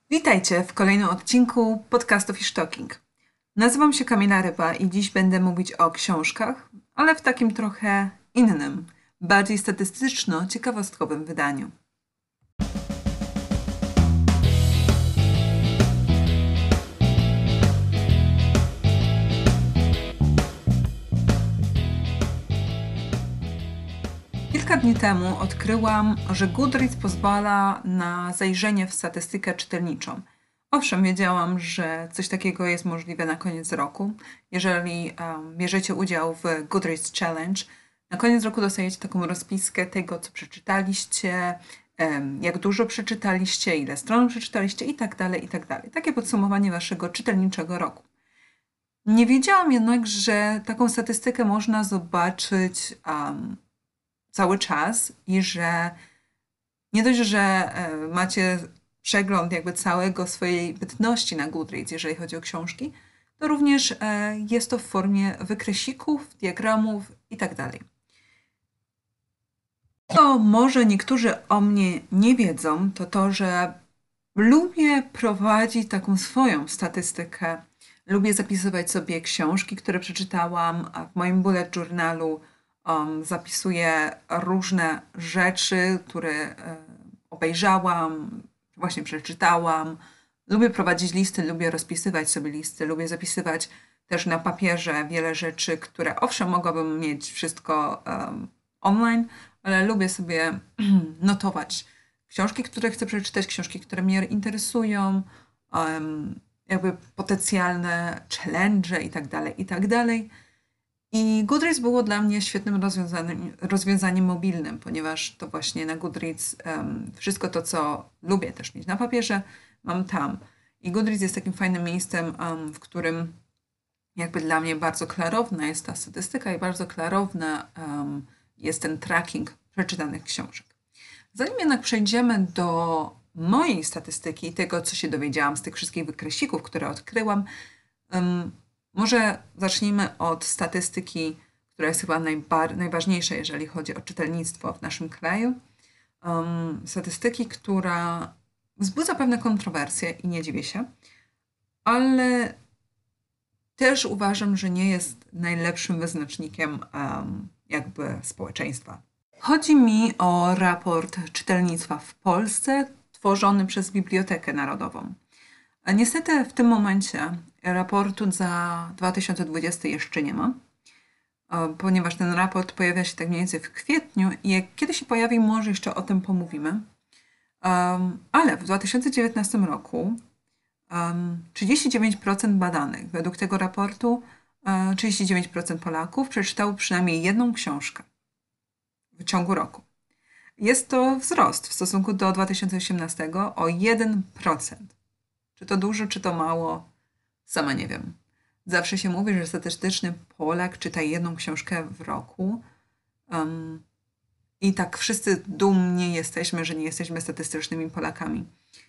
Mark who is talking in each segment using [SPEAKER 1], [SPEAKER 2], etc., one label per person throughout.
[SPEAKER 1] Witajcie w kolejnym odcinku podcastu Fish Talking. Nazywam się Kamila Ryba i dziś będę mówić o książkach, ale w takim trochę innym, bardziej statystyczno-ciekawostkowym wydaniu. Kilka dni temu odkryłam, że Goodreads pozwala na zajrzenie w statystykę czytelniczą. Owszem, wiedziałam, że coś takiego jest możliwe na koniec roku. Jeżeli bierzecie udział w Goodreads Challenge, na koniec roku dostajecie taką rozpiskę tego, co przeczytaliście, jak dużo przeczytaliście, ile stron przeczytaliście i tak dalej, i tak dalej. Takie podsumowanie waszego czytelniczego roku. Nie wiedziałam jednak, że taką statystykę można zobaczyć cały czas i że nie dość, że macie przegląd jakby całego swojej bytności na Goodreads, jeżeli chodzi o książki, to również jest to w formie wykresików, diagramów i tak dalej. Co może niektórzy o mnie nie wiedzą, to to, że lubię prowadzić taką swoją statystykę. Lubię zapisywać sobie książki, które przeczytałam, a w moim bullet journalu zapisuję różne rzeczy, które obejrzałam, właśnie przeczytałam. Lubię prowadzić listy, lubię rozpisywać sobie listy, lubię zapisywać też na papierze wiele rzeczy, które owszem mogłabym mieć wszystko online, ale lubię sobie notować książki, które chcę przeczytać, książki, które mnie interesują, jakby potencjalne challenge i tak dalej, i tak dalej. I Goodreads było dla mnie świetnym rozwiązaniem mobilnym, ponieważ to właśnie na Goodreads wszystko to, co lubię też mieć na papierze, mam tam. I Goodreads jest takim fajnym miejscem, w którym jakby dla mnie bardzo klarowna jest ta statystyka i bardzo klarowna jest ten tracking przeczytanych książek. Zanim jednak przejdziemy do mojej statystyki, tego, co się dowiedziałam z tych wszystkich wykresików, które odkryłam, może zacznijmy od statystyki, która jest chyba najważniejsza, jeżeli chodzi o czytelnictwo w naszym kraju. Statystyki, która wzbudza pewne kontrowersje i nie dziwię się, ale też uważam, że nie jest najlepszym wyznacznikiem jakby społeczeństwa. Chodzi mi o raport czytelnictwa w Polsce tworzony przez Bibliotekę Narodową. Niestety w tym momencie raportu za 2020 jeszcze nie ma, ponieważ ten raport pojawia się tak mniej więcej w kwietniu i jak kiedy się pojawi, może jeszcze o tym pomówimy. Ale w 2019 roku 39% badanych według tego raportu 39% Polaków przeczytało przynajmniej jedną książkę w ciągu roku. Jest to wzrost w stosunku do 2018 o 1%. Czy to dużo, czy to mało? Sama nie wiem. Zawsze się mówi, że statystyczny Polak czyta jedną książkę w roku. I tak wszyscy dumni jesteśmy, że nie jesteśmy statystycznymi Polakami.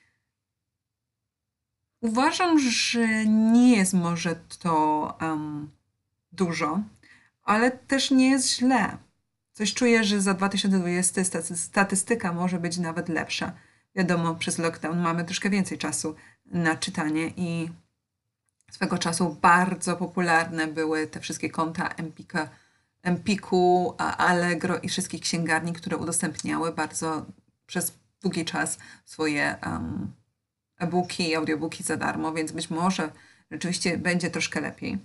[SPEAKER 1] Uważam, że nie jest może to dużo, ale też nie jest źle. Coś czuję, że za 2020 statystyka może być nawet lepsza. Wiadomo, przez lockdown mamy troszkę więcej czasu na czytanie i swego czasu bardzo popularne były te wszystkie konta Empiku, Allegro i wszystkich księgarni, które udostępniały bardzo przez długi czas swoje e-booki i audiobooki za darmo, więc być może rzeczywiście będzie troszkę lepiej.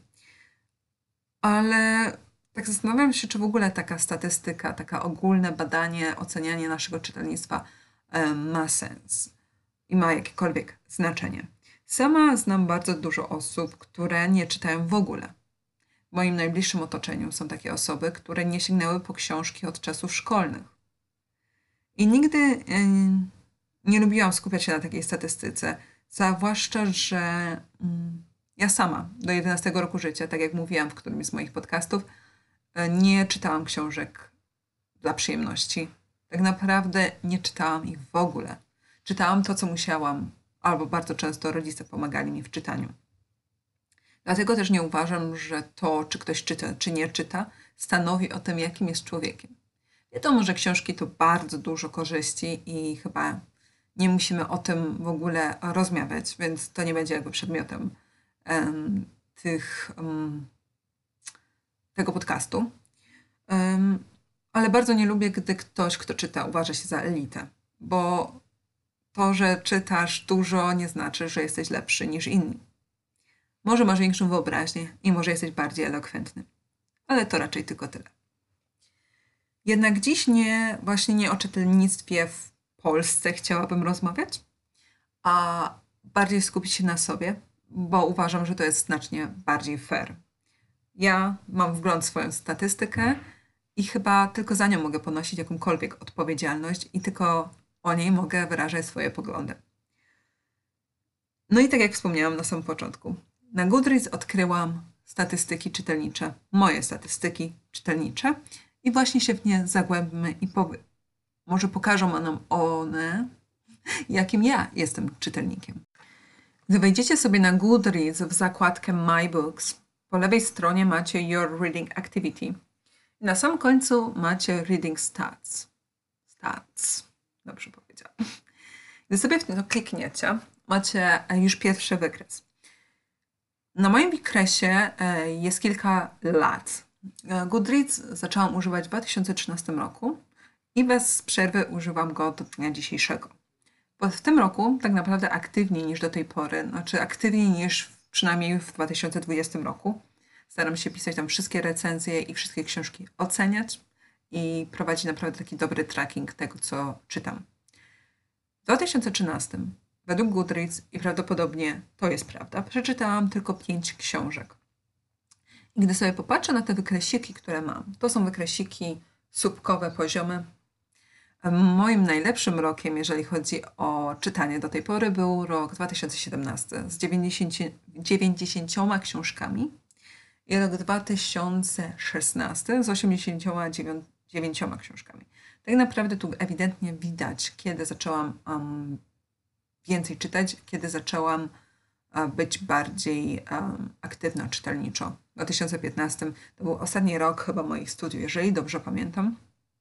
[SPEAKER 1] Ale tak zastanawiam się, czy w ogóle taka statystyka, takie ogólne badanie, ocenianie naszego czytelnictwa ma sens i ma jakiekolwiek znaczenie. Sama znam bardzo dużo osób, które nie czytają w ogóle. W moim najbliższym otoczeniu są takie osoby, które nie sięgnęły po książki od czasów szkolnych. I nigdy nie lubiłam skupiać się na takiej statystyce, zwłaszcza, że ja sama do 11 roku życia, tak jak mówiłam w którymś z moich podcastów, nie czytałam książek dla przyjemności. Tak naprawdę nie czytałam ich w ogóle. Czytałam to, co musiałam, albo bardzo często rodzice pomagali mi w czytaniu. Dlatego też nie uważam, że to, czy ktoś czyta, czy nie czyta, stanowi o tym, jakim jest człowiekiem. Wiadomo, że książki to bardzo dużo korzyści i chyba nie musimy o tym w ogóle rozmawiać, więc to nie będzie jakby przedmiotem em, tych, tego podcastu. Ale bardzo nie lubię, gdy ktoś, kto czyta, uważa się za elitę, bo to, że czytasz dużo, nie znaczy, że jesteś lepszy niż inni. Może masz większą wyobraźnię i może jesteś bardziej elokwentny, ale to raczej tylko tyle. Jednak dziś właśnie nie o czytelnictwie w Polsce chciałabym rozmawiać, a bardziej skupić się na sobie, bo uważam, że to jest znacznie bardziej fair. Ja mam wgląd w swoją statystykę i chyba tylko za nią mogę ponosić jakąkolwiek odpowiedzialność i tylko o niej mogę wyrażać swoje poglądy. No i tak jak wspomniałam na samym początku, na Goodreads odkryłam statystyki czytelnicze, moje statystyki czytelnicze i właśnie się w nie zagłębmy i może pokażą nam one, jakim ja jestem czytelnikiem. Gdy wejdziecie sobie na Goodreads w zakładkę My Books, po lewej stronie macie Your Reading Activity. Na samym końcu macie Reading Stats. Stats. Dobrze powiedziałam. Gdy sobie w to klikniecie, macie już pierwszy wykres. Na moim wykresie jest kilka lat. Goodreads zaczęłam używać w 2013 roku i bez przerwy używam go do dnia dzisiejszego. Bo w tym roku tak naprawdę aktywniej niż do tej pory, znaczy aktywniej niż przynajmniej w 2020 roku. Staram się pisać tam wszystkie recenzje i wszystkie książki oceniać i prowadzić naprawdę taki dobry tracking tego, co czytam. W 2013 według Goodreads, i prawdopodobnie to jest prawda, przeczytałam tylko 5 książek. I gdy sobie popatrzę na te wykresiki, które mam, to są wykresiki słupkowe, poziomy. Moim najlepszym rokiem, jeżeli chodzi o czytanie do tej pory, był rok 2017 z 90 książkami i rok 2016 z 89 książkami. Tak naprawdę tu ewidentnie widać, kiedy zaczęłam więcej czytać, kiedy zaczęłam być bardziej aktywna czytelniczo. W 2015 to był ostatni rok chyba moich studiów, jeżeli dobrze pamiętam.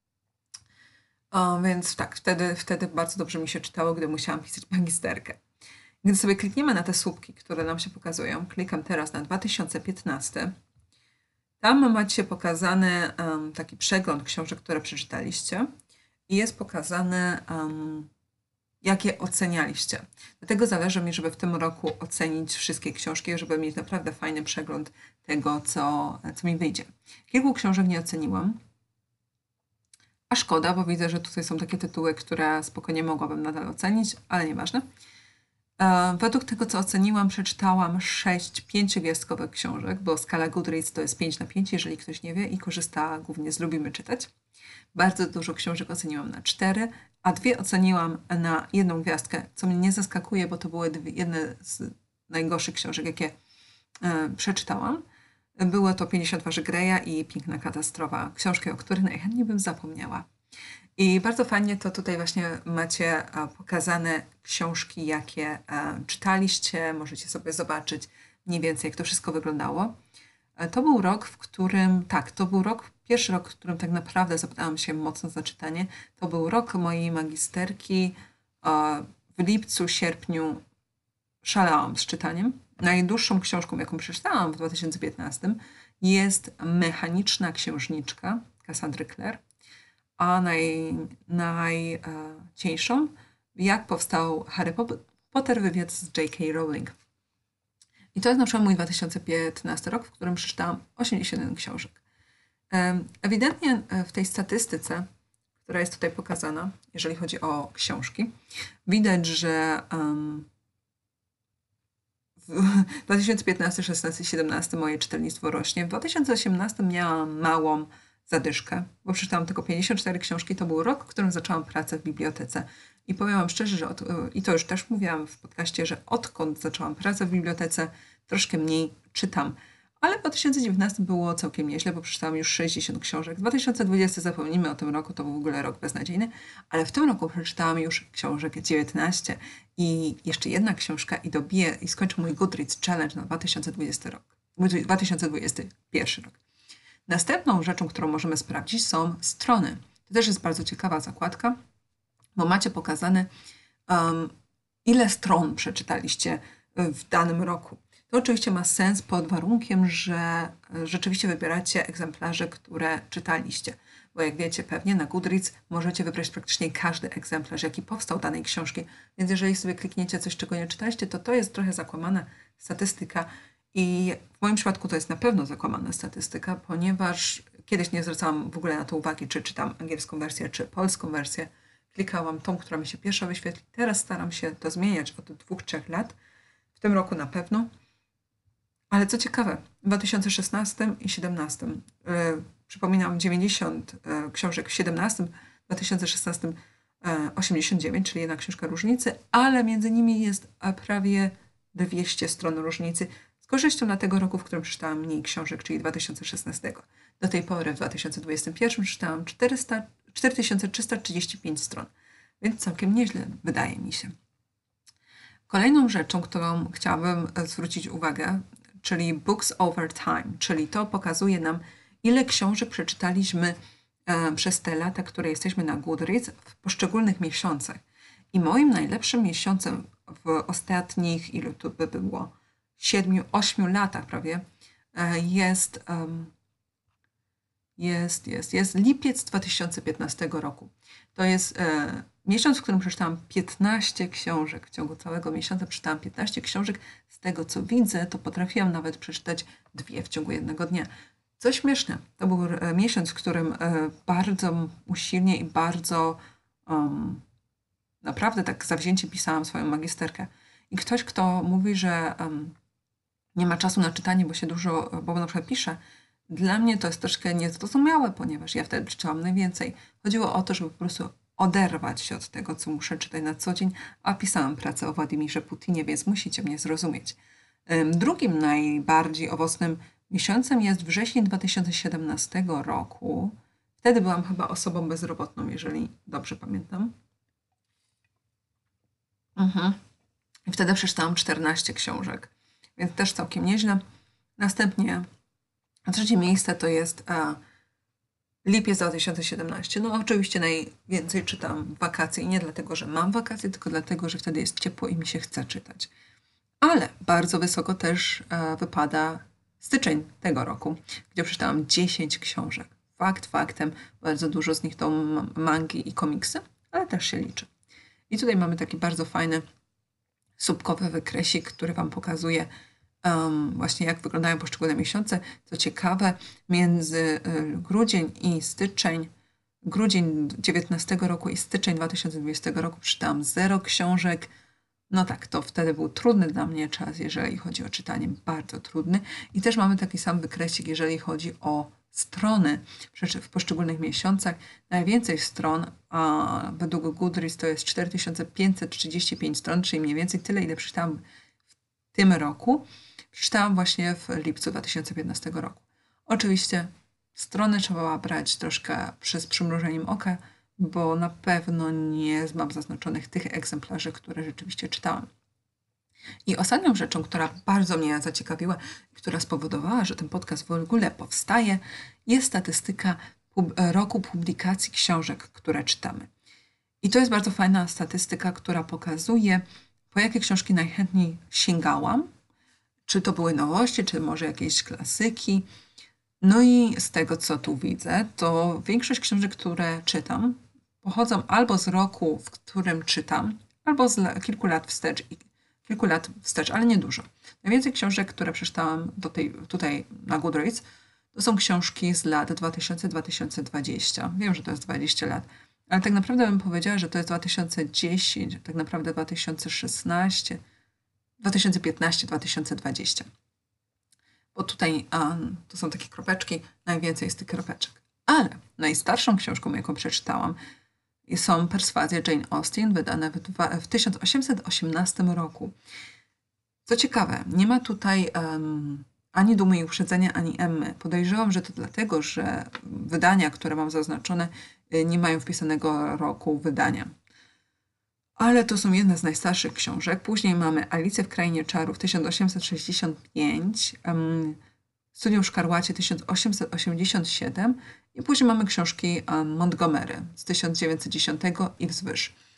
[SPEAKER 1] Więc tak, wtedy bardzo dobrze mi się czytało, gdy musiałam pisać magisterkę. Gdy sobie klikniemy na te słupki, które nam się pokazują, klikam teraz na 2015, tam macie pokazany taki przegląd książek, które przeczytaliście i jest pokazane, jakie ocenialiście. Dlatego zależy mi, żeby w tym roku ocenić wszystkie książki, żeby mieć naprawdę fajny przegląd tego, co mi wyjdzie. Kilku książek nie oceniłam, a szkoda, bo widzę, że tutaj są takie tytuły, które spokojnie mogłabym nadal ocenić, ale nieważne. Według tego, co oceniłam, przeczytałam 6 5-gwiazdkowych książek, bo skala Goodreads to jest 5/5, jeżeli ktoś nie wie i korzysta głównie z Lubimy Czytać. Bardzo dużo książek oceniłam na 4, a 2 oceniłam na 1 gwiazdkę, co mnie nie zaskakuje, bo to były jedne z najgorszych książek, jakie przeczytałam. Było to 50 twarzy Greya i Piękna katastrofa, książki, o których najchętniej bym zapomniała. I bardzo fajnie to tutaj właśnie macie pokazane książki, jakie czytaliście, możecie sobie zobaczyć mniej więcej, jak to wszystko wyglądało. To był rok, w którym, pierwszy rok, w którym tak naprawdę zabrałam się mocno za czytanie. To był rok mojej magisterki. W lipcu, sierpniu szalałam z czytaniem. Najdłuższą książką, jaką przeczytałam w 2015 jest Mechaniczna księżniczka Cassandry Clare, a najcieńszą Jak powstał Harry Potter, wywiad z J.K. Rowling. I to jest na przykład mój 2015 rok, w którym przeczytałam 81 książek. Ewidentnie w tej statystyce, która jest tutaj pokazana, jeżeli chodzi o książki, widać, że w 2015, 16, 17 moje czytelnictwo rośnie. W 2018 miałam małą zadyszkę, bo przeczytałam tylko 54 książki. To był rok, w którym zaczęłam pracę w bibliotece. I powiem wam szczerze, że i to już też mówiłam w podcaście, że odkąd zaczęłam pracę w bibliotece, troszkę mniej czytam. Ale w 2019 było całkiem nieźle, bo przeczytałam już 60 książek. 2020, zapomnijmy o tym roku, to był w ogóle rok beznadziejny, ale w tym roku przeczytałam już książek 19 i jeszcze jedna książka i dobiję i skończę mój Goodreads Challenge na 2021 rok. Następną rzeczą, którą możemy sprawdzić, są strony. To też jest bardzo ciekawa zakładka, bo macie pokazane ile stron przeczytaliście w danym roku. To oczywiście ma sens pod warunkiem, że rzeczywiście wybieracie egzemplarze, które czytaliście. Bo jak wiecie pewnie, na Goodreads możecie wybrać praktycznie każdy egzemplarz, jaki powstał danej książki. Więc jeżeli sobie klikniecie coś, czego nie czytaliście, to jest trochę zakłamana statystyka. I w moim przypadku to jest na pewno zakłamana statystyka, ponieważ kiedyś nie zwracałam w ogóle na to uwagi, czy czytam angielską wersję, czy polską wersję. Klikałam tą, która mi się pierwsza wyświetli. Teraz staram się to zmieniać od 2-3 lat. W tym roku na pewno. Ale co ciekawe, w 2016 i 2017, przypominam 90 książek w 17, w 2016 89, czyli jedna książka różnicy, ale między nimi jest prawie 200 stron różnicy, z korzyścią na tego roku, w którym przeczytałam mniej książek, czyli 2016. Do tej pory w 2021 przeczytałam 4335 stron, więc całkiem nieźle wydaje mi się. Kolejną rzeczą, którą chciałabym zwrócić uwagę, czyli Books Over Time, czyli to pokazuje nam, ile książek przeczytaliśmy przez te lata, które jesteśmy na Goodreads w poszczególnych miesiącach. I moim najlepszym miesiącem w ostatnich, ilu to by było, 7-8 latach prawie, jest lipiec 2015 roku. To jest miesiąc, w którym przeczytałam 15 książek. W ciągu całego miesiąca przeczytałam 15 książek. Z tego, co widzę, to potrafiłam nawet przeczytać 2 w ciągu jednego dnia. Co śmieszne, to był miesiąc, w którym bardzo usilnie i bardzo naprawdę tak zawzięcie pisałam swoją magisterkę. I ktoś, kto mówi, że nie ma czasu na czytanie, bo na przykład pisze, dla mnie to jest troszkę niezrozumiałe, ponieważ ja wtedy czytałam najwięcej. Chodziło o to, żeby po prostu oderwać się od tego, co muszę czytać na co dzień, a pisałam pracę o Władimirze Putinie, więc musicie mnie zrozumieć. Drugim najbardziej owocnym miesiącem jest wrzesień 2017 roku. Wtedy byłam chyba osobą bezrobotną, jeżeli dobrze pamiętam. I wtedy przeczytałam 14 książek, więc też całkiem nieźle. Następnie trzecie miejsce to jest lipiec 2017. No oczywiście najwięcej czytam w wakacje i nie dlatego, że mam wakacje, tylko dlatego, że wtedy jest ciepło i mi się chce czytać. Ale bardzo wysoko też wypada styczeń tego roku, gdzie przeczytałam 10 książek. Faktem, bardzo dużo z nich to mangi i komiksy, ale też się liczy. I tutaj mamy taki bardzo fajny słupkowy wykresik, który Wam pokazuje właśnie jak wyglądają poszczególne miesiące. Co ciekawe, między grudzień 19 roku i styczeń 2020 roku przeczytałam 0 książek. No tak, to wtedy był trudny dla mnie czas, jeżeli chodzi o czytanie, bardzo trudny. I też mamy taki sam wykresik, jeżeli chodzi o strony w poszczególnych miesiącach. Najwięcej stron, a według Goodreads to jest 4535 stron, czyli mniej więcej tyle, ile przeczytałam w tym roku. Przeczytałam właśnie w lipcu 2015 roku. Oczywiście strony trzeba brać troszkę z przymrużeniem oka, bo na pewno nie mam zaznaczonych tych egzemplarzy, które rzeczywiście czytałam. I ostatnią rzeczą, która bardzo mnie zaciekawiła, która spowodowała, że ten podcast w ogóle powstaje, jest statystyka roku publikacji książek, które czytamy. I to jest bardzo fajna statystyka, która pokazuje, po jakie książki najchętniej sięgałam, czy to były nowości, czy może jakieś klasyki. No i z tego, co tu widzę, to większość książek, które czytam, pochodzą albo z roku, w którym czytam, albo z kilku lat wstecz, ale nie dużo. Najwięcej książek, które przeczytałam tutaj na Goodreads, to są książki z lat 2000-2020. Wiem, że to jest 20 lat, ale tak naprawdę bym powiedziała, że to jest 2010, tak naprawdę 2016, 2015-2020. Bo tutaj to są takie kropeczki, najwięcej jest tych kropeczek. Ale najstarszą książką, jaką przeczytałam, są Perswazje Jane Austen, wydane w 1818 roku. Co ciekawe, nie ma tutaj ani Dumy i Uprzedzenia, ani Emmy. Podejrzewam, że to dlatego, że wydania, które mam zaznaczone, nie mają wpisanego roku wydania. Ale to są jedne z najstarszych książek. Później mamy Alicję w Krainie Czarów 1865, Studium w Szkarłacie 1887 i później mamy książki Montgomery z 1910 i wzwyż.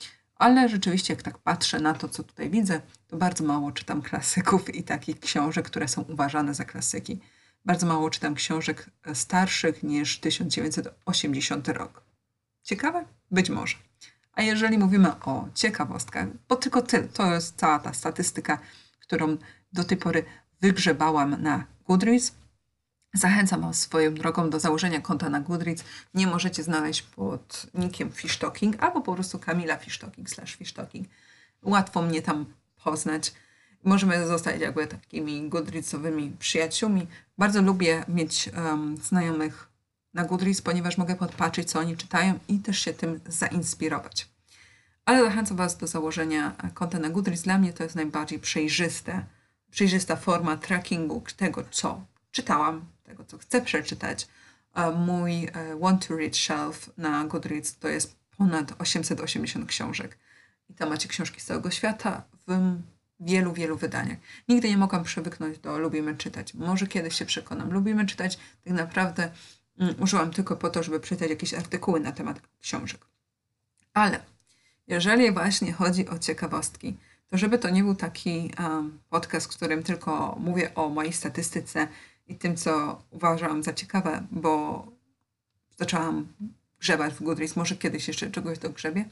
[SPEAKER 1] ale rzeczywiście jak tak patrzę na to, co tutaj widzę, to bardzo mało czytam klasyków i takich książek, które są uważane za klasyki. Bardzo mało czytam książek starszych niż 1980 rok. Ciekawe? Być może. A jeżeli mówimy o ciekawostkach, bo tylko to jest cała ta statystyka, którą do tej pory wygrzebałam na Goodreads. Zachęcam Was swoją drogą do założenia konta na Goodreads. Mnie możecie znaleźć pod nickiem Fishtalking albo po prostu Kamila Fishtalking/Fishtalking. Łatwo mnie tam poznać. Możemy zostać jakby takimi Goodreadsowymi przyjaciółmi. Bardzo lubię mieć znajomych na Goodreads, ponieważ mogę podpatrzeć, co oni czytają i też się tym zainspirować. Ale zachęcam Was do założenia konta na Goodreads. Dla mnie to jest najbardziej przejrzysta forma trackingu tego, co czytałam, tego, co chcę przeczytać. Mój Want to Read Shelf na Goodreads to jest ponad 880 książek. I tam macie książki z całego świata w wielu wydaniach. Nigdy nie mogłam przywyknąć do lubimy czytać. Może kiedyś się przekonam. Lubimy czytać tak naprawdę użyłam tylko po to, żeby przeczytać jakieś artykuły na temat książek. Ale jeżeli właśnie chodzi o ciekawostki, to żeby to nie był taki podcast, w którym tylko mówię o mojej statystyce i tym, co uważam za ciekawe, bo zaczęłam grzebać w Goodreads, może kiedyś jeszcze czegoś dogrzebię.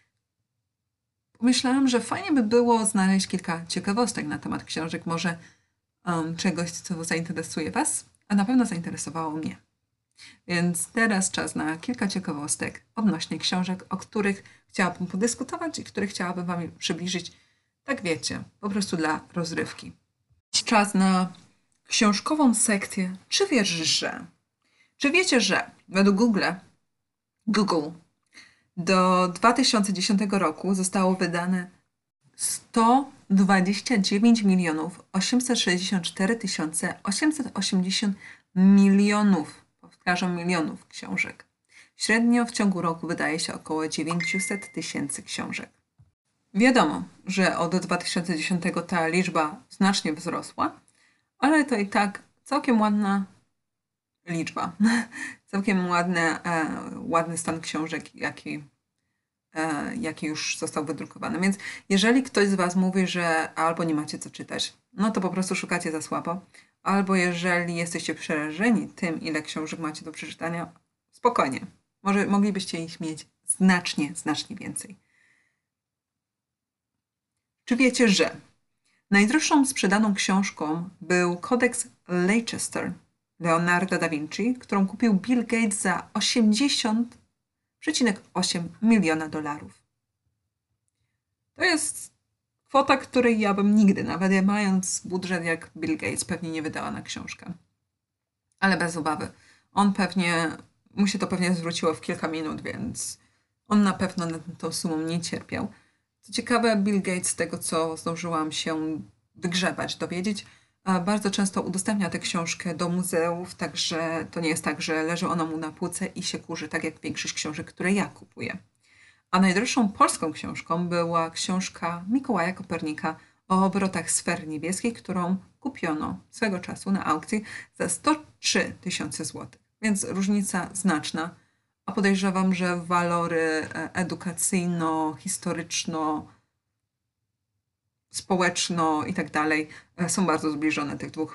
[SPEAKER 1] Pomyślałam, że fajnie by było znaleźć kilka ciekawostek na temat książek, może czegoś, co zainteresuje Was, a na pewno zainteresowało mnie. Więc teraz czas na kilka ciekawostek odnośnie książek, o których chciałabym podyskutować i które chciałabym Wam przybliżyć, tak wiecie, po prostu dla rozrywki. Czas na książkową sekcję Czy wiesz, że? Czy wiecie, że według Google do 2010 roku zostało wydane 129 864 880 milionów, powtarzam, milionów książek. Średnio w ciągu roku wydaje się około 900 tysięcy książek. Wiadomo, że od 2010 ta liczba znacznie wzrosła, ale to i tak całkiem ładna liczba. Całkiem ładny stan książek, jaki już został wydrukowany. Więc jeżeli ktoś z Was mówi, że albo nie macie co czytać, no to po prostu szukacie za słabo, albo jeżeli jesteście przerażeni tym, ile książek macie do przeczytania, spokojnie. Może moglibyście ich mieć znacznie więcej. Czy wiecie, że najdroższą sprzedaną książką był Kodeks Leicester Leonardo da Vinci, którą kupił Bill Gates za 80,8 miliona dolarów. To jest kwota, której ja bym nigdy, nawet mając budżet jak Bill Gates, pewnie nie wydała na książkę. Ale bez obawy. Mu się to pewnie zwróciło w kilka minut, więc on na pewno nad tą sumą nie cierpiał. Co ciekawe, Bill Gates, z tego co zdążyłam się wygrzebać, dowiedzieć, bardzo często udostępnia tę książkę do muzeów, także to nie jest tak, że leży ona mu na półce i się kurzy, tak jak większość książek, które ja kupuję. A najdroższą polską książką była książka Mikołaja Kopernika o obrotach sfer niebieskich, którą kupiono swego czasu na aukcji za 103 tysiące złotych. Więc różnica znaczna, a podejrzewam, że walory edukacyjno, historyczno, społeczno i tak dalej są bardzo zbliżone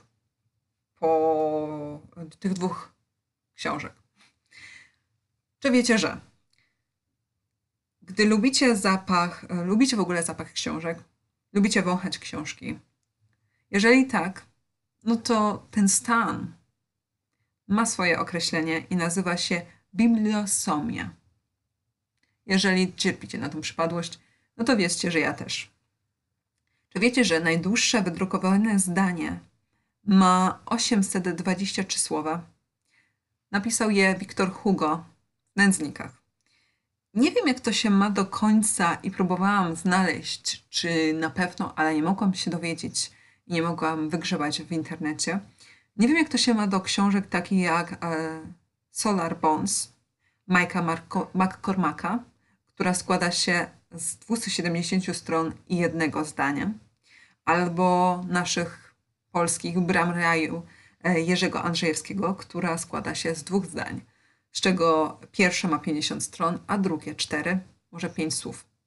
[SPEAKER 1] tych dwóch książek. Czy wiecie, że gdy lubicie w ogóle zapach książek, lubicie wąchać książki? Jeżeli tak, no to ten stan ma swoje określenie i nazywa się bibliosomia. Jeżeli cierpicie na tą przypadłość, no to wiedzcie, że ja też. Czy wiecie, że najdłuższe wydrukowane zdanie ma 823 słowa? Napisał je Victor Hugo w Nędznikach. Nie wiem, jak to się ma do końca i próbowałam znaleźć, czy na pewno, ale nie mogłam się dowiedzieć i nie mogłam wygrzebać w internecie. Nie wiem, jak to się ma do książek takich jak Solar Bones Mike'a McCormacka, która składa się z 270 stron i jednego zdania, albo naszych polskich Bram raju Jerzego Andrzejewskiego, która składa się z 2 zdań, z czego pierwsze ma 50 stron, a drugie 4, może 5 słów.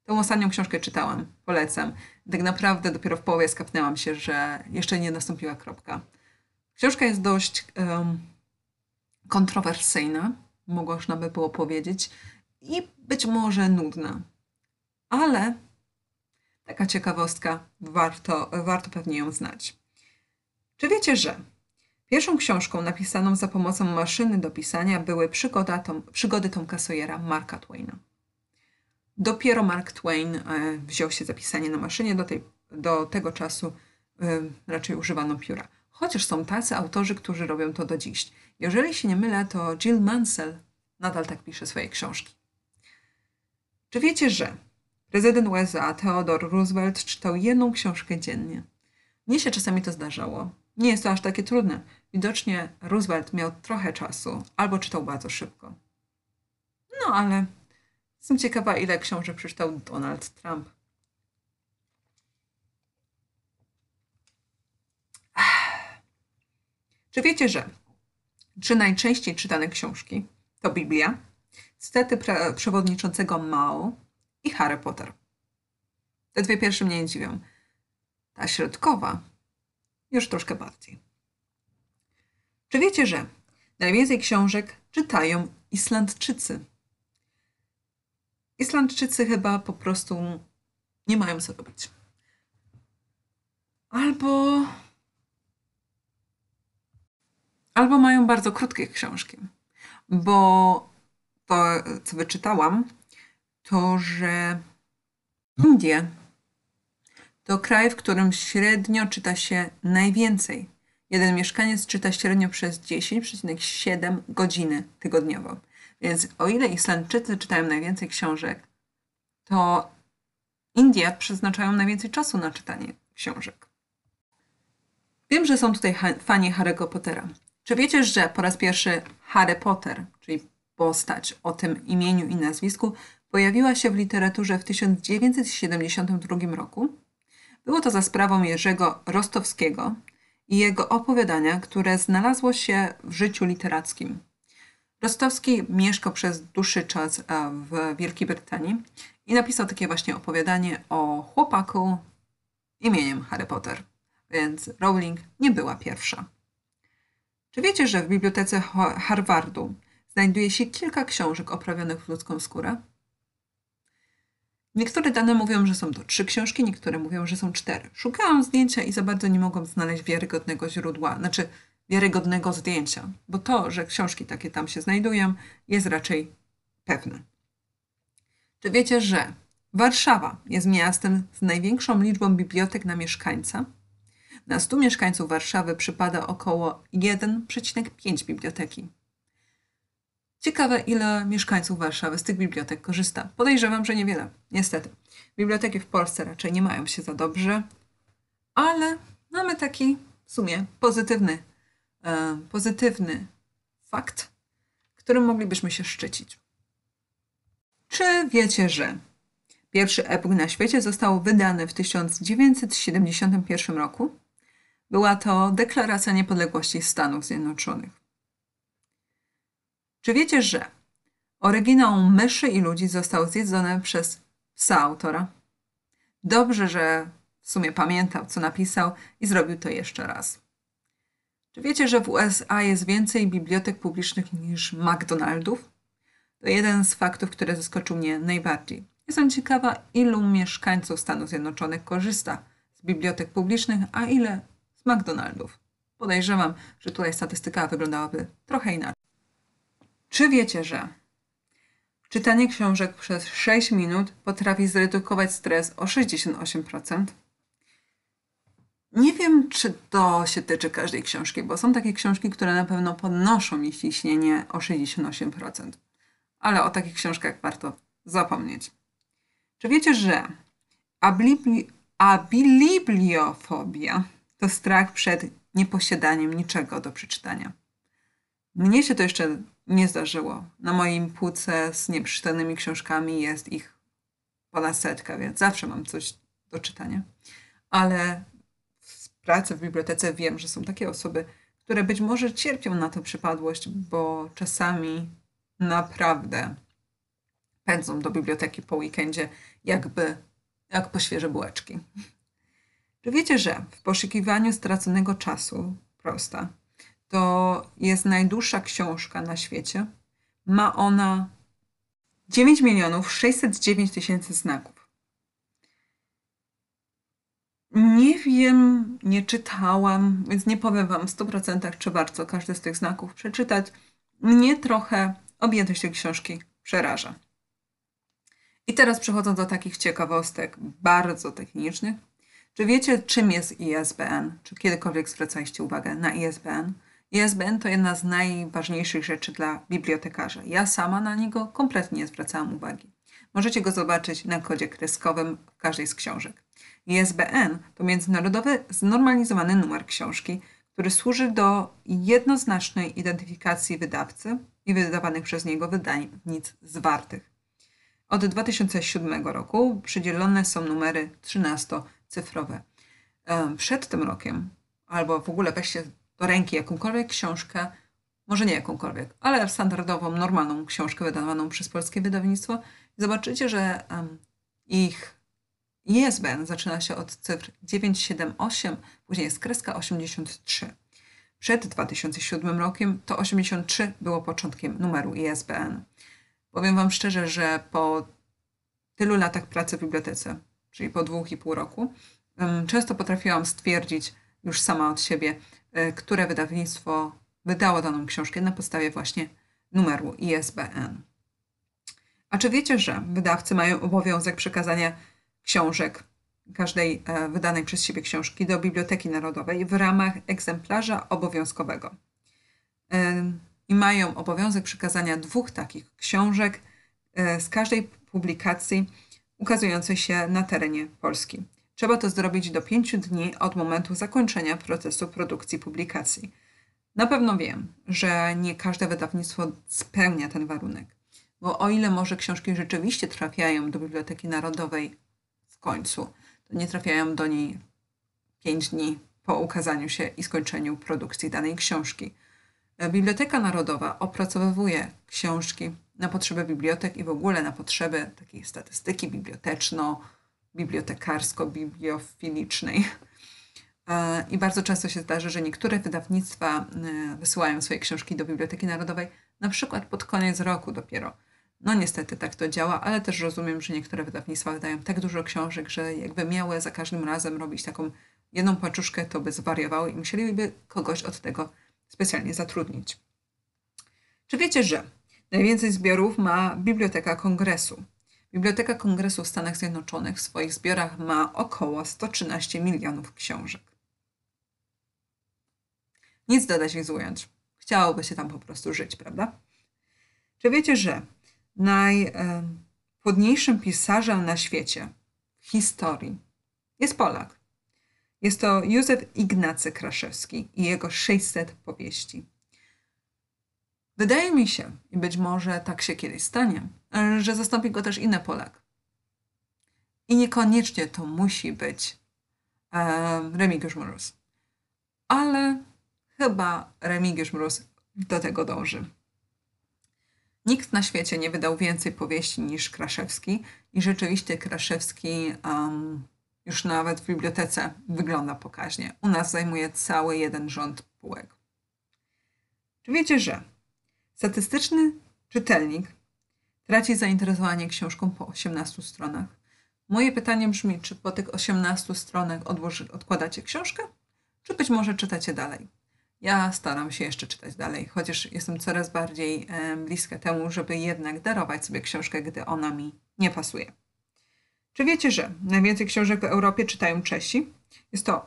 [SPEAKER 1] Tą ostatnią książkę czytałam, polecam. Tak naprawdę dopiero w połowie skapnęłam się, że jeszcze nie nastąpiła kropka. Książka jest dość kontrowersyjna, można by było powiedzieć, i być może nudna. Ale taka ciekawostka, warto pewnie ją znać. Czy wiecie, że pierwszą książką napisaną za pomocą maszyny do pisania były przygody Tomka Sawyera Marka Twaina? Dopiero Mark Twain wziął się za pisanie na maszynie, do tego czasu raczej używano pióra. Chociaż są tacy autorzy, którzy robią to do dziś. Jeżeli się nie mylę, to Jill Mansell nadal tak pisze swoje książki. Czy wiecie, że prezydent USA Theodore Roosevelt czytał jedną książkę dziennie? Mnie się czasami to zdarzało. Nie jest to aż takie trudne. Widocznie Roosevelt miał trochę czasu, albo czytał bardzo szybko. No ale jestem ciekawa, ile książek przeczytał Donald Trump. Czy wiecie, że 3 najczęściej czytane książki to Biblia, cytaty przewodniczącego Mao i Harry Potter? Te dwie pierwsze mnie nie dziwią. Ta środkowa już troszkę bardziej. Czy wiecie, że najwięcej książek czytają Islandczycy? Islandczycy chyba po prostu nie mają co robić. Albo mają bardzo krótkie książki, bo to, co wyczytałam, to, że Indie to kraj, w którym średnio czyta się najwięcej. Jeden mieszkaniec czyta średnio przez 10,7 godziny tygodniowo. Więc o ile Islandczycy czytają najwięcej książek, to Indie przeznaczają najwięcej czasu na czytanie książek. Wiem, że są tutaj fani Harry'ego Pottera. Czy wiecie, że po raz pierwszy Harry Potter, czyli postać o tym imieniu i nazwisku, pojawiła się w literaturze w 1972 roku? Było to za sprawą Jerzego Rostowskiego i jego opowiadania, które znalazło się w życiu literackim. Rostowski mieszkał przez dłuższy czas w Wielkiej Brytanii i napisał takie właśnie opowiadanie o chłopaku imieniem Harry Potter, więc Rowling nie była pierwsza. Czy wiecie, że w bibliotece Harvardu znajduje się kilka książek oprawionych w ludzką skórę? Niektóre dane mówią, że są to 3 książki, niektóre mówią, że są 4. Szukałam zdjęcia i za bardzo nie mogłam znaleźć wiarygodnego źródła, wiarygodnego zdjęcia, bo to, że książki takie tam się znajdują, jest raczej pewne. Czy wiecie, że Warszawa jest miastem z największą liczbą bibliotek na mieszkańca? Na 100 mieszkańców Warszawy przypada około 1,5 biblioteki. Ciekawe, ile mieszkańców Warszawy z tych bibliotek korzysta. Podejrzewam, że niewiele. Niestety. Biblioteki w Polsce raczej nie mają się za dobrze, ale mamy taki w sumie pozytywny fakt, którym moglibyśmy się szczycić. Czy wiecie, że pierwszy e-book na świecie został wydany w 1971 roku? Była to Deklaracja Niepodległości Stanów Zjednoczonych. Czy wiecie, że oryginał myszy i ludzi został zjedzony przez psa autora? Dobrze, że w sumie pamiętał, co napisał i zrobił to jeszcze raz. Czy wiecie, że w USA jest więcej bibliotek publicznych niż McDonaldów? To jeden z faktów, który zaskoczył mnie najbardziej. Jestem ciekawa, ilu mieszkańców Stanów Zjednoczonych korzysta z bibliotek publicznych, a ile z McDonaldów. Podejrzewam, że tutaj statystyka wyglądałaby trochę inaczej. Czy wiecie, że czytanie książek przez 6 minut potrafi zredukować stres o 68%? Nie wiem, czy to się tyczy każdej książki, bo są takie książki, które na pewno podnoszą mi ciśnienie o 68%. Ale o takich książkach warto zapomnieć. Czy wiecie, że abilibliofobia to strach przed nieposiadaniem niczego do przeczytania? Mnie się to jeszcze nie zdarzyło. Na moim półce z nieprzeczytanymi książkami jest ich ponad 100, więc zawsze mam coś do czytania. Ale w pracy w bibliotece wiem, że są takie osoby, które być może cierpią na tę przypadłość, bo czasami naprawdę pędzą do biblioteki po weekendzie jak po świeże bułeczki. Czy wiecie, że w poszukiwaniu straconego czasu, prosta, to jest najdłuższa książka na świecie? Ma ona 9 609 000 znaków. Nie wiem, nie czytałam, więc nie powiem wam w 100% czy warto każdy z tych znaków przeczytać. Mnie trochę objętość tej książki przeraża. I teraz przechodząc do takich ciekawostek bardzo technicznych. Czy wiecie, czym jest ISBN? Czy kiedykolwiek zwracaliście uwagę na ISBN? ISBN to jedna z najważniejszych rzeczy dla bibliotekarzy. Ja sama na niego kompletnie nie zwracałam uwagi. Możecie go zobaczyć na kodzie kreskowym w każdej z książek. ISBN to międzynarodowy znormalizowany numer książki, który służy do jednoznacznej identyfikacji wydawcy i wydawanych przez niego wydawnictw zwartych. Od 2007 roku przydzielone są numery 13-cyfrowe. Przed tym rokiem, albo w ogóle weźcie do ręki jakąkolwiek książkę, może nie jakąkolwiek, ale standardową, normalną książkę wydawaną przez polskie wydawnictwo i zobaczycie, że ich ISBN zaczyna się od cyfr 978, później jest kreska 83. Przed 2007 rokiem to 83 było początkiem numeru ISBN. Powiem wam szczerze, że po tylu latach pracy w bibliotece, czyli po 2,5 roku, często potrafiłam stwierdzić już sama od siebie, które wydawnictwo wydało daną książkę na podstawie właśnie numeru ISBN. A czy wiecie, że wydawcy mają obowiązek przekazania książek, każdej wydanej przez siebie książki do Biblioteki Narodowej w ramach egzemplarza obowiązkowego? I mają obowiązek przekazania 2 takich książek z każdej publikacji ukazującej się na terenie Polski. Trzeba to zrobić do 5 dni od momentu zakończenia procesu produkcji publikacji. Na pewno wiem, że nie każde wydawnictwo spełnia ten warunek, bo o ile może książki rzeczywiście trafiają do Biblioteki Narodowej w końcu, to nie trafiają do niej 5 dni po ukazaniu się i skończeniu produkcji danej książki. Biblioteka Narodowa opracowuje książki na potrzeby bibliotek i w ogóle na potrzeby takiej statystyki bibliotekarsko-bibliofilicznej. I bardzo często się zdarzy, że niektóre wydawnictwa wysyłają swoje książki do Biblioteki Narodowej na przykład pod koniec roku dopiero. No niestety tak to działa, ale też rozumiem, że niektóre wydawnictwa wydają tak dużo książek, że jakby miały za każdym razem robić taką jedną paczuszkę, to by zwariowały i musieliby kogoś od tego specjalnie zatrudnić. Czy wiecie, że najwięcej zbiorów ma Biblioteka Kongresu? Biblioteka Kongresu w Stanach Zjednoczonych w swoich zbiorach ma około 113 milionów książek. Nic dodać, nic ująć. Chciałoby się tam po prostu żyć, prawda? Czy wiecie, że najpłodniejszym pisarzem na świecie w historii jest Polak? Jest to Józef Ignacy Kraszewski i jego 600 powieści. Wydaje mi się, i być może tak się kiedyś stanie, że zastąpi go też inny Polak. I niekoniecznie to musi być Remigiusz Mróz. Ale chyba Remigiusz Mróz do tego dąży. Nikt na świecie nie wydał więcej powieści niż Kraszewski i rzeczywiście Kraszewski już nawet w bibliotece wygląda pokaźnie. U nas zajmuje cały jeden rząd półek. Czy wiecie, że statystyczny czytelnik traci zainteresowanie książką po 18 stronach? Moje pytanie brzmi, czy po tych 18 stronach odkładacie książkę, czy być może czytacie dalej? Ja staram się jeszcze czytać dalej, chociaż jestem coraz bardziej bliska temu, żeby jednak darować sobie książkę, gdy ona mi nie pasuje. Czy wiecie, że najwięcej książek w Europie czytają Czesi? Jest to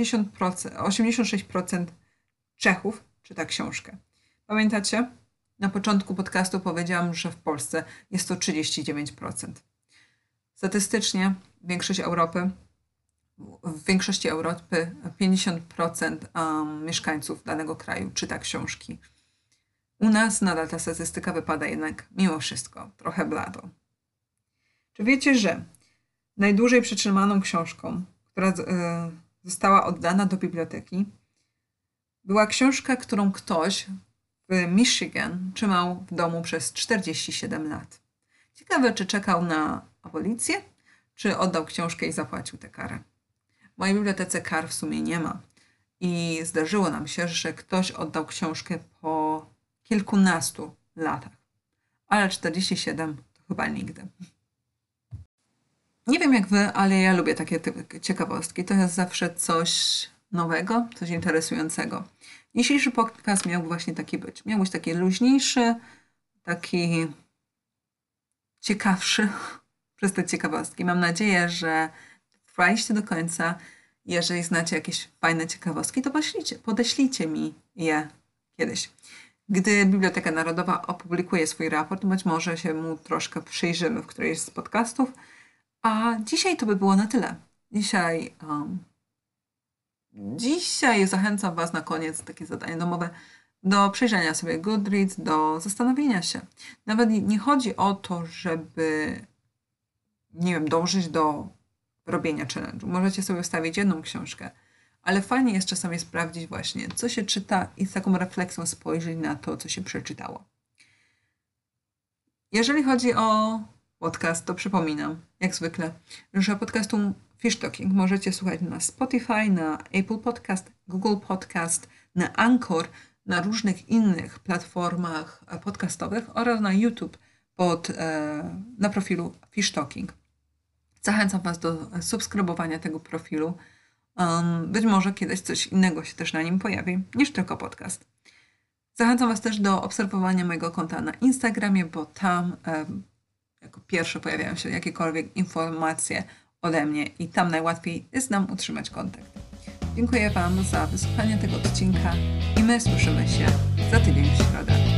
[SPEAKER 1] 86% Czechów czyta książkę. Pamiętacie? Na początku podcastu powiedziałam, że w Polsce jest to 39%. Statystycznie w większości Europy 50% mieszkańców danego kraju czyta książki. U nas nadal ta statystyka wypada jednak mimo wszystko trochę blado. Czy wiecie, że najdłużej przetrzymaną książką, która została oddana do biblioteki, była książka, którą ktoś w Michigan trzymał w domu przez 47 lat. Ciekawe, czy czekał na abolicję, czy oddał książkę i zapłacił tę karę. W mojej bibliotece kar w sumie nie ma. I zdarzyło nam się, że ktoś oddał książkę po kilkunastu latach. Ale 47 to chyba nigdy. Nie wiem jak wy, ale ja lubię takie ciekawostki. To jest zawsze coś nowego, coś interesującego. Dzisiejszy podcast miał właśnie taki być. Miał być taki luźniejszy, taki ciekawszy przez te ciekawostki. Mam nadzieję, że trwaliście do końca. Jeżeli znacie jakieś fajne ciekawostki, to podeślijcie mi je kiedyś. Gdy Biblioteka Narodowa opublikuje swój raport, być może się mu troszkę przyjrzymy w którejś z podcastów. A dzisiaj to by było na tyle. Dzisiaj zachęcam Was na koniec, takie zadanie domowe, do przejrzenia sobie Goodreads, do zastanowienia się. Nawet nie chodzi o to, żeby, nie wiem, dążyć do robienia challenge'u. Możecie sobie wstawić jedną książkę, ale fajnie jest czasami sprawdzić właśnie, co się czyta i z taką refleksją spojrzeć na to, co się przeczytało. Jeżeli chodzi o podcast, to przypominam, jak zwykle, że podcastu Fish Talking możecie słuchać na Spotify, na Apple Podcast, Google Podcast, na Anchor, na różnych innych platformach podcastowych oraz na YouTube na profilu Fish Talking. Zachęcam Was do subskrybowania tego profilu. Być może kiedyś coś innego się też na nim pojawi, niż tylko podcast. Zachęcam Was też do obserwowania mojego konta na Instagramie, bo tam jako pierwsze pojawiają się jakiekolwiek informacje ode mnie i tam najłatwiej jest nam utrzymać kontakt. Dziękuję Wam za wysłuchanie tego odcinka i my słyszymy się za tydzień w środę.